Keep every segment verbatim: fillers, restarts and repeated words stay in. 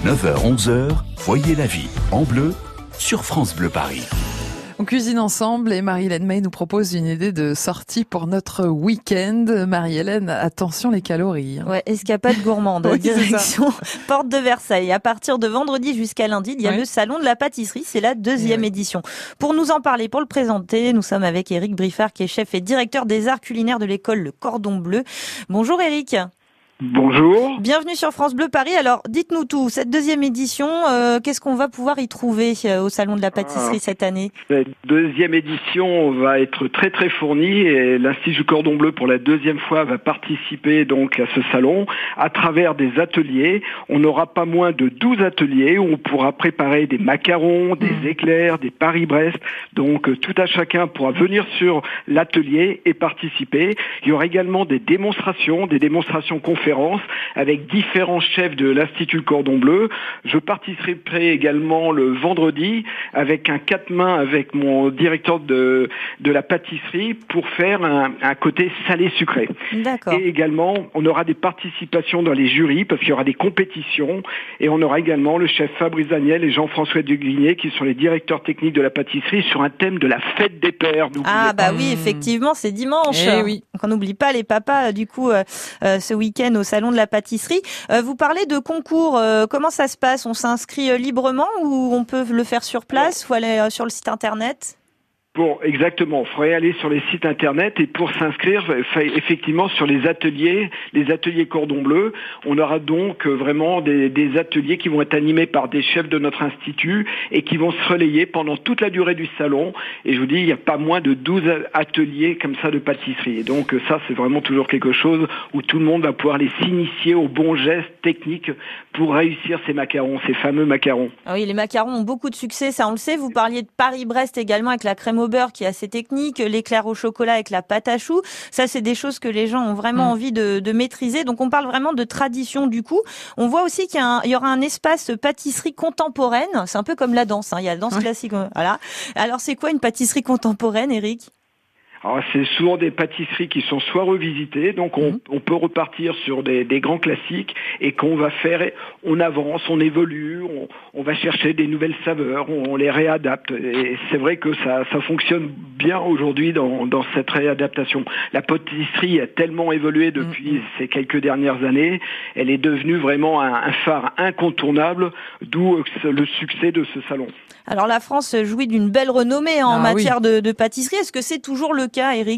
neuf heures onze heures, Voyez la vie en bleu sur France Bleu Paris. On cuisine ensemble et Marie-Hélène May nous propose une idée de sortie pour notre week-end. Marie-Hélène, attention les calories. Ouais, escapade gourmande, Oui, direction Porte de Versailles. À partir de vendredi jusqu'à lundi, il y a oui. le salon de la pâtisserie, c'est la deuxième oui. édition. Pour nous en parler, pour le présenter, nous sommes avec Éric Briffard qui est chef et directeur des arts culinaires de l'école Le Cordon Bleu. Bonjour Éric. Bonjour. Bienvenue sur France Bleu Paris. Alors, dites-nous tout. Cette deuxième édition, euh, qu'est-ce qu'on va pouvoir y trouver euh, au Salon de la Pâtisserie ah, cette année? Cette deuxième édition va être très très fournie et l'Institut Cordon Bleu pour la deuxième fois va participer donc à ce salon à travers des ateliers. On n'aura pas moins de douze ateliers où on pourra préparer des macarons, des mmh. éclairs, des Paris-Brest. Donc tout à chacun pourra venir sur l'atelier et participer. Il y aura également des démonstrations, des démonstrations conférences avec différents chefs de l'Institut Cordon Bleu. Je participerai également le vendredi avec un quatre mains avec mon directeur de, de la pâtisserie pour faire un, un côté salé-sucré. D'accord. Et également, on aura des participations dans les jurys parce qu'il y aura des compétitions et on aura également le chef Fabrice Daniel et Jean-François Duguigné qui sont les directeurs techniques de la pâtisserie sur un thème de la fête des pères. Ah bah oui, effectivement, c'est dimanche. Eh oui. Donc on n'oublie pas les papas du coup euh, euh, ce week-end au Salon de la Pâtisserie. Euh, vous parlez de concours, euh, comment ça se passe? On s'inscrit euh, librement ou on peut le faire sur place? Il faut aller euh, sur le site internet? Pour, exactement, il faudrait aller sur les sites internet et pour s'inscrire, effectivement, sur les ateliers, les ateliers Cordon Bleu, on aura donc vraiment des, des ateliers qui vont être animés par des chefs de notre institut et qui vont se relayer pendant toute la durée du salon. Et je vous dis, il n'y a pas moins de douze ateliers comme ça de pâtisserie. Et donc ça, c'est vraiment toujours quelque chose où tout le monde va pouvoir aller s'initier aux bons gestes techniques pour réussir ces macarons, ces fameux macarons. Ah oui, les macarons ont beaucoup de succès, ça on le sait. Vous parliez de Paris-Brest également avec la crème au beurre qui est assez technique, l'éclair au chocolat avec la pâte à choux. Ça, c'est des choses que les gens ont vraiment mmh. envie de, de maîtriser. Donc, on parle vraiment de tradition du coup. On voit aussi qu'il y, a un, il y aura un espace pâtisserie contemporaine. C'est un peu comme la danse. Hein. Il y a la danse ouais. classique. Voilà. Alors, c'est quoi une pâtisserie contemporaine, Éric ? Alors, c'est souvent des pâtisseries qui sont soit revisitées, donc on, mmh. on peut repartir sur des, des grands classiques et qu'on va faire, on avance, on évolue, on, on va chercher des nouvelles saveurs, on, on les réadapte. Et c'est vrai que ça, ça fonctionne bien aujourd'hui dans, dans cette réadaptation. La pâtisserie a tellement évolué depuis mmh. ces quelques dernières années, elle est devenue vraiment un, un phare incontournable, d'où le succès de ce salon. Alors la France jouit d'une belle renommée en ah, matière oui. de, de pâtisserie. Est-ce que c'est toujours le cas, Éric ?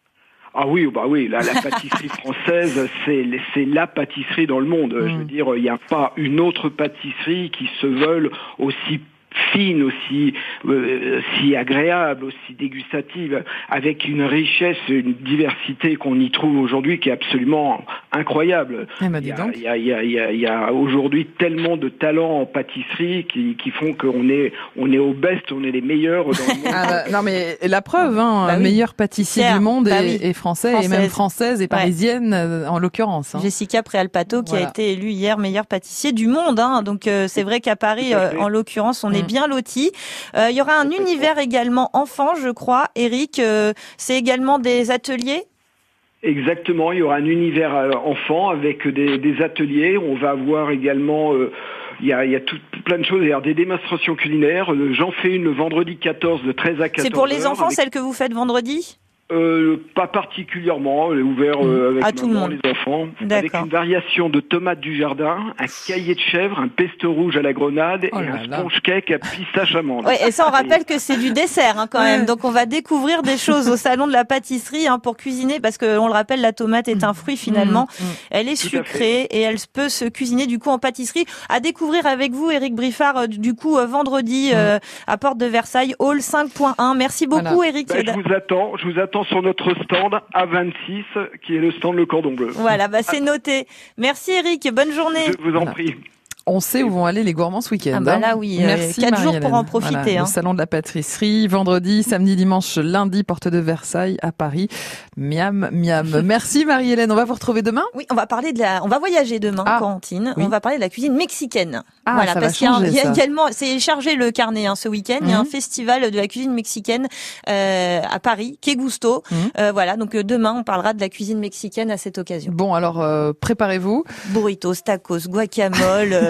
Ah oui, bah oui, la, la pâtisserie française, c'est, c'est la pâtisserie dans le monde. Mmh. Je veux dire, il n'y a pas une autre pâtisserie qui se veuille aussi fine, aussi euh, si agréable, aussi dégustative, avec une richesse, une diversité qu'on y trouve aujourd'hui qui est absolument incroyable. Eh ben, il, y a, il, y a, il, y a, il, y a, il y a aujourd'hui tellement de talents en pâtisserie qui, qui font qu'on est, on est au best, on est les meilleurs dans le monde. Ah bah, non mais la preuve, hein, bah oui. meilleur pâtissier Pierre, du monde bah est, oui. est français, Française. et même française et parisienne ouais. en l'occurrence. Hein. Jessica Préalpato qui voilà. a été élue hier meilleur pâtissier du monde. Hein. Donc euh, c'est vrai qu'à Paris, euh, en l'occurrence, on mmh. est bien lotis. Euh, il y aura un univers également enfant, je crois. Éric, euh, c'est également des ateliers ? Exactement, il y aura un univers enfant avec des, des ateliers. On va avoir également, euh, il y a, il y a tout, plein de choses. Il y a des démonstrations culinaires. J'en fais une le vendredi quatorze de treize à quatorze heures. C'est pour les enfants, avec... celle que vous faites vendredi ? Euh, pas particulièrement, elle est ouvert euh, avec à tout maman, le monde. les enfants, D'accord. avec une variation de tomates du jardin, un caillé de chèvre, un pesto rouge à la grenade oh et là un là. sponge cake à pistache amande. Ouais, et ça, on rappelle que c'est du dessert hein, quand ouais. même. Donc, on va découvrir des choses au salon de la pâtisserie hein, pour cuisiner, parce que on le rappelle, la tomate est un fruit finalement. Mmh. Elle est Tout sucrée et elle peut se cuisiner du coup en pâtisserie. À découvrir avec vous, Éric Briffard, du coup vendredi mmh. euh, à Porte de Versailles, hall cinq point un. Merci beaucoup, voilà. Éric. Ben, je vous attends, je vous attends sur notre stand. A vingt-six, qui est le stand Le Cordon Bleu. Voilà, bah c'est noté. Merci Éric, bonne journée. Je vous en voilà. prie. On sait où vont aller les gourmands ce week-end. Ah bah là oui, Merci quatre jours pour en profiter. Voilà, hein. Le salon de la pâtisserie, vendredi, samedi, dimanche, lundi, porte de Versailles à Paris. Miam, miam. Merci Marie-Hélène. On va vous retrouver demain. Oui, on va parler de la, on va voyager demain, ah, Corentine. Oui. On va parler de la cuisine mexicaine. Ah, voilà, ça parce va changer, qu'il y a, il y a ça. également, c'est chargé le carnet hein, ce week-end. Mm-hmm. Il y a un festival de la cuisine mexicaine euh, à Paris, Que Gusto. Mm-hmm. Euh, voilà, donc euh, demain on parlera de la cuisine mexicaine à cette occasion. Bon, alors euh, préparez-vous. Burritos, tacos, guacamole.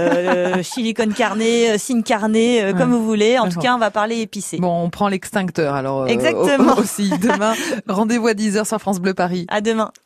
euh, chili con carne, euh, sin carne, euh, comme Ouais. vous voulez. En D'accord. tout cas, on va parler épicé. Bon, on prend l'extincteur alors. euh, Exactement. Aussi demain, rendez-vous à dix heures sur France Bleu Paris. À demain.